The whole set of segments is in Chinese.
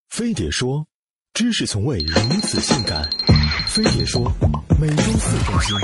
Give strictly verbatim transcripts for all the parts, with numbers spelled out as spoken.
飞碟说，知识从未如此性感。飞碟说，每周四更新。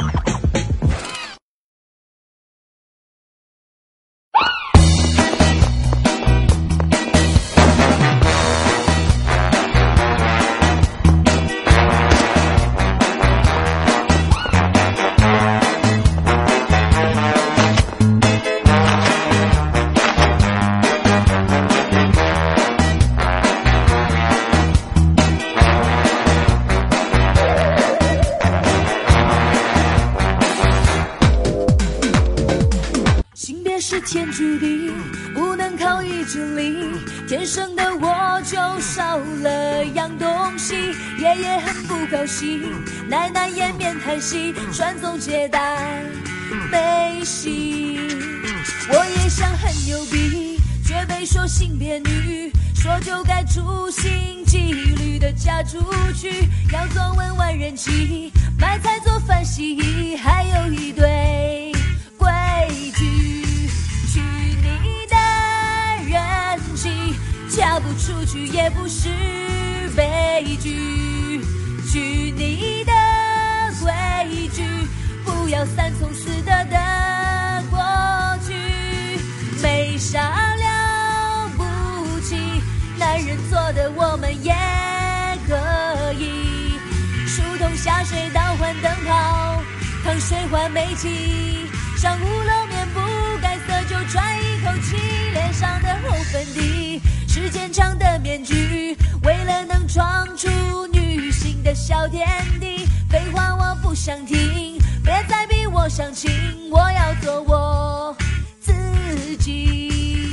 是天注定，不能靠意志力，天生的我就少了样东西。爷爷很不高兴，奶奶掩面叹息，传宗接代没戏。我也想很牛逼，却被说性别女，说就该处心积虑的嫁出去，要做文玩人妻，买菜做饭洗衣，还有一堆规矩。去你的人气，嫁不出去也不是悲剧。去你的规矩，不要三从四德的过去，没啥了不起，男人做的我们也可以。疏通下水道换灯泡，烫水换煤气，上五楼面不改色就喘一口气，脸上的红粉底是坚强的面具，为了能闯出女性的小天地。废话我不想听，别再逼我相亲，我要做我自己。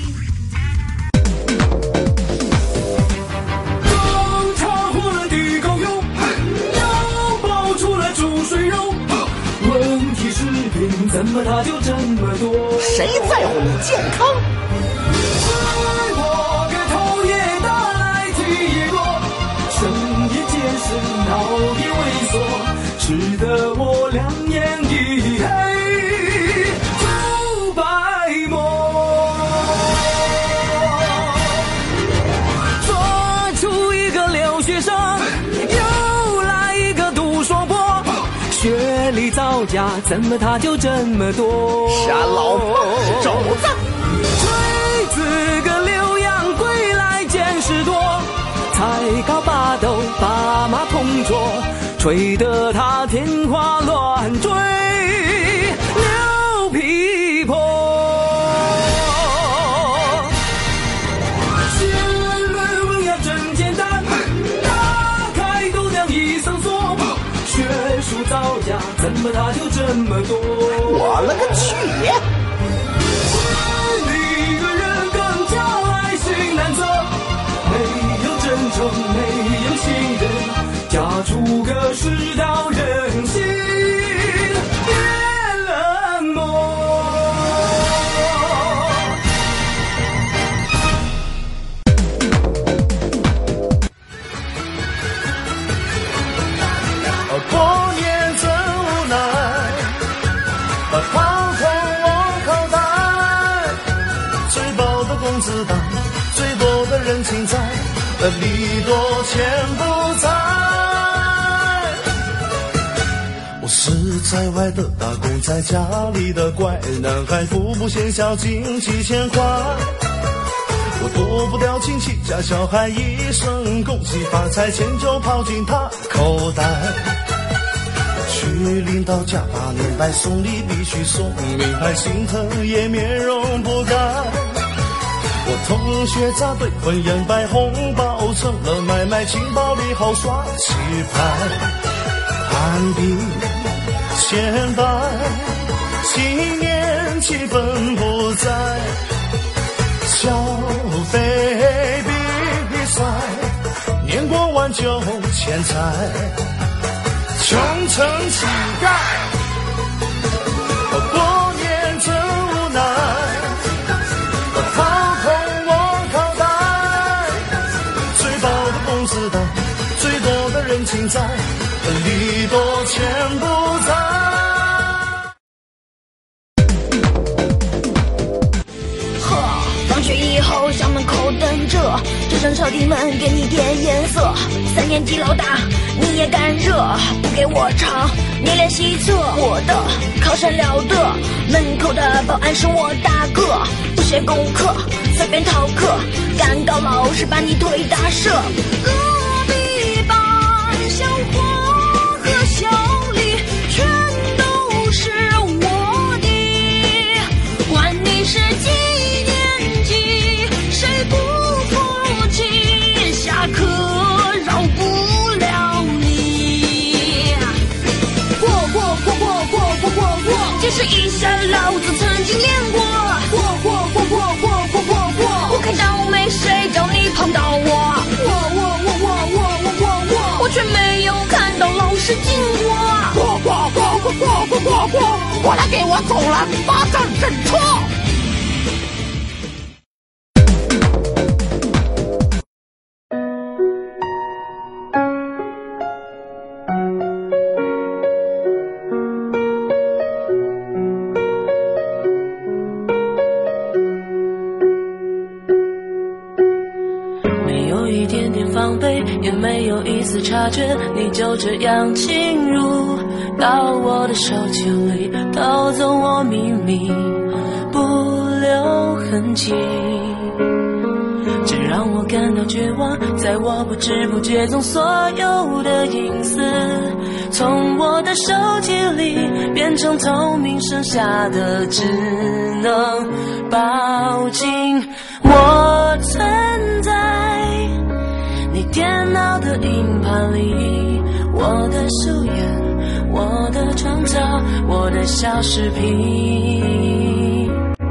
刚查获了地沟油，又爆出了猪水肉，问题是病怎么它就这么多？ 谁在乎你健康？ 是我个头也大，来体也弱，声音结实，脑也萎缩，吃得我两眼一黑，朱白沫。抓出一个留学生，又来一个毒说破，学历造假，怎么他就这么多？ 杀老孟是肘子， 吹自个留洋归来见识多，才高八斗，爸妈同桌，吹得他天花乱坠，流皮婆。写论文要真简单，打开度量一搜索，学术造假，怎么他就这么多？ 我了个去！ 你个人更加爱心难测，没有真诚，没有信任，嫁出个世道人心，别冷漠。 过年真无奈，掏空我口袋，最薄的工资单，最多的人情债，礼多钱不在。我是在外的打工，在家里的乖，男孩父母先孝敬几千块，我躲不掉亲戚家小孩一声恭喜发财，钱就跑进他口袋。去领导家把年拜，送礼必须送名牌，心疼也面容不改。我同学扎堆婚宴摆红包成了买卖，情报里后耍气派，攀比显摆，新年气氛不在，消费比赛，年过完就欠债，穷成乞丐，过年真无奈，掏空我口袋，最薄的工资单，最多的人情债，礼多钱不在。 呵，放学以后校门口等着， 只剩小弟们给你点颜色。三年级老大你也敢惹，不给我唱你练习册。我的靠山了得，门口的保安是我大哥，不写功课随便逃课，敢告老师把你腿打折。隔壁班小花和小李全都是我的，管你是几年级谁不服气，下课饶不了你。过过过过过过过过，解释一下老子曾经练过。过过过过过过过过，我看到没谁叫你碰到我。我我我我我我我我，我却没有看到老师经过。过过过过过过过过，过来给我走了，罚站认错。 也没有一丝察觉，你就这样侵入到我的手机里，偷走我秘密，不留痕迹。这让我感到绝望，在我不知不觉中，所有的隐私从我的手机里变成透明，剩下的只能抱紧我存在你电脑的硬盘里，我的素颜，我的创造，我的小视频，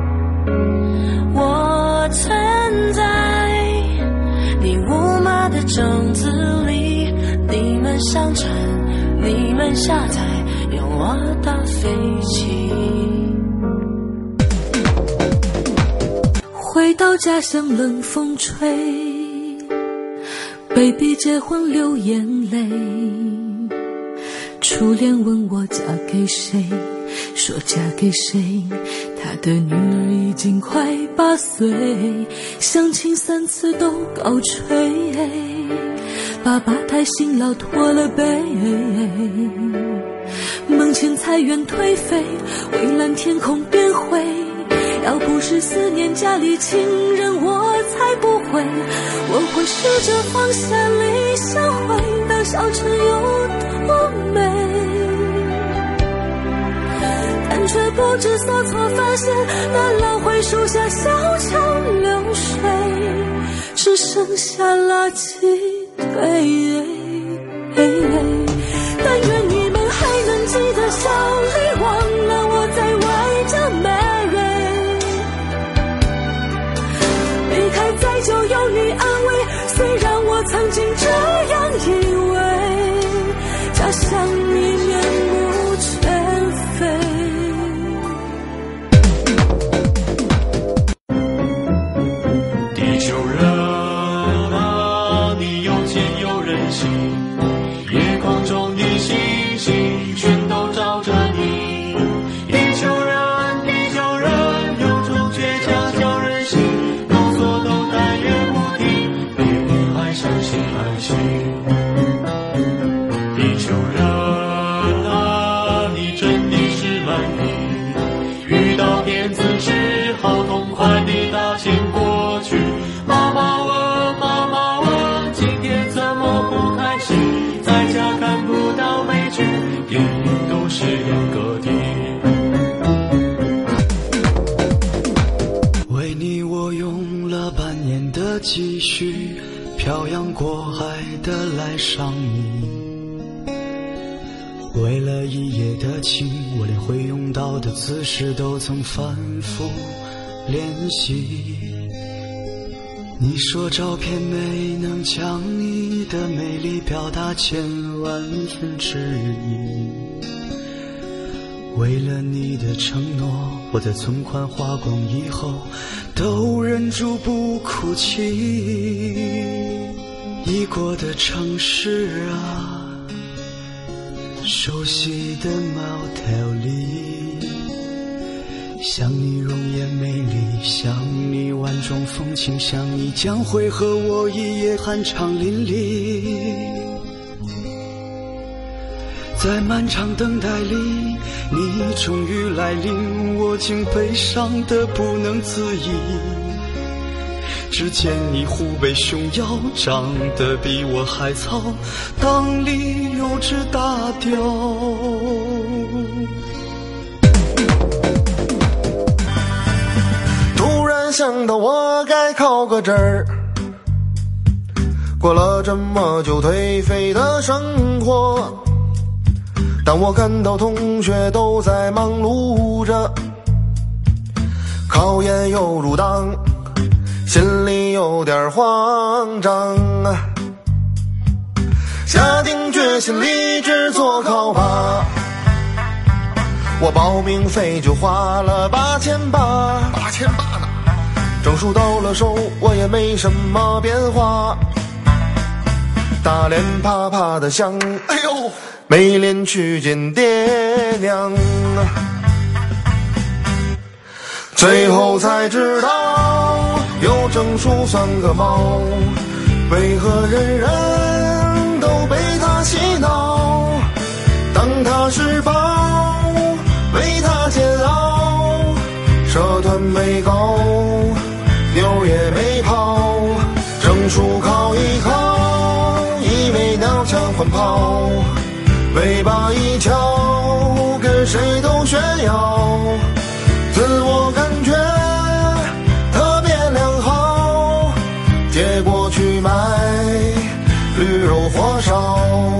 我存在你无码的种子里，你们上传，你们下载，用我打飞机。 回到家乡冷风吹，baby 结婚流眼泪，初恋问我嫁给谁，说嫁给谁，他的女儿已经快八岁，相亲三次都告吹，爸爸太辛劳驼了背，门前菜园颓废，蔚蓝天空变灰，要不是思念家里亲人，我才不会，我会试着放下理想，回到小城有多美，但却不知所措，发现那老槐树下小桥流水，只剩下垃圾堆。但愿你们还能记得小李，忘了我在外叫 Mary， 离开再就有你安慰，虽然我曾经这样以为，家乡你面目全非。 地球人啊，你有钱有人性，夜空中的星星全都照着你。地球人，地球人，有种倔强叫人心，动作都但愿不停，别你还相信爱情。地球人啊，你真的是蛮皮，遇到骗子只好痛快地打钱过去。妈妈问，妈妈问，今天怎么不开心？在家看不到美剧，电影都是演个体。为你我用了半年的积蓄，漂洋过海的来上你。为了一夜的情，我连会用到的姿势都曾反复练习。你说照片没能将你的美丽表达千万分之一，为了你的承诺，我在存款花光以后都忍住不哭泣。已过的城市啊，熟悉的 motel 里， 想你容颜美丽，想你万种风情，想你将会和我一夜酣畅淋漓。在漫长等待里，你终于来临，我竟悲伤得不能自已。只见你虎背熊腰，长得比我还糙，裆里有只大雕。 突然想到我该考个证儿，过了这么久颓废的生活，当我看到同学都在忙碌着，考研又入党，心里有点慌张啊。下定决心立志做考霸，我报名费就花了八千八，八千八呢。证书到了手，我也没什么变化，大脸啪啪的响，哎呦，没脸去见爹娘啊。最后才知道，有证书算个毛，为何人人都被他洗脑？当他是宝，为他煎熬，社团没搞，妞也没泡，证书考一考，一枚鸟枪换炮，尾巴一翘，跟谁都炫耀，自我感觉特别良好，结果去买驴肉火烧。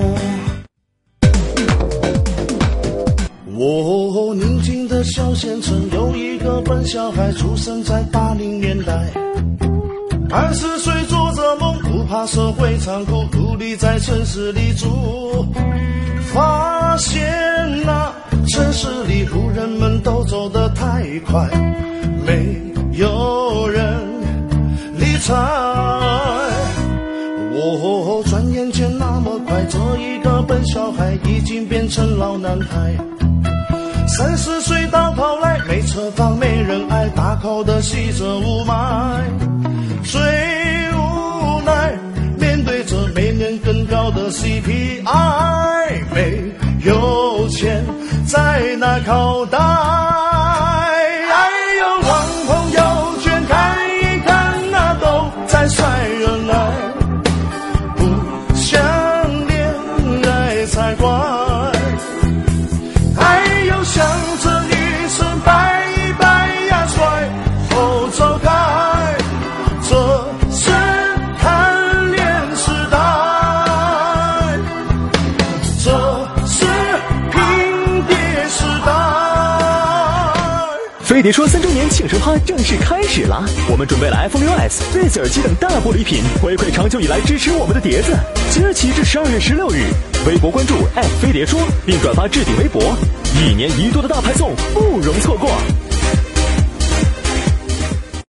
我宁静的小县城有一个笨小孩，出生在八零年代，二十岁做着梦，不怕社会残酷，努力在城市里住，发现啊城市里路人们都走得太快，没有人理睬。我转眼间那么快，这一个笨小孩已经变成老男孩。三十岁到头来，没车房没人爱，大口的吸着雾霾，最无奈面对着每年更高的 C P I， 没有钱在那口袋。哎呦，往朋友圈看一看，那都在晒恩爱，不想恋爱才怪。哎呦，想着女生拜一拜呀，甩后走开，这是贪恋时代，这是拼爹时代。 飞碟说三周年庆生趴正式开始啦！我们准备了 iPhone 六 S、Beats 耳机等大波礼品，回馈长久以来支持我们的碟子。即日起至十二月十六日，微博关注 at 飞碟说，并转发置顶微博，一年一度的大派送不容错过。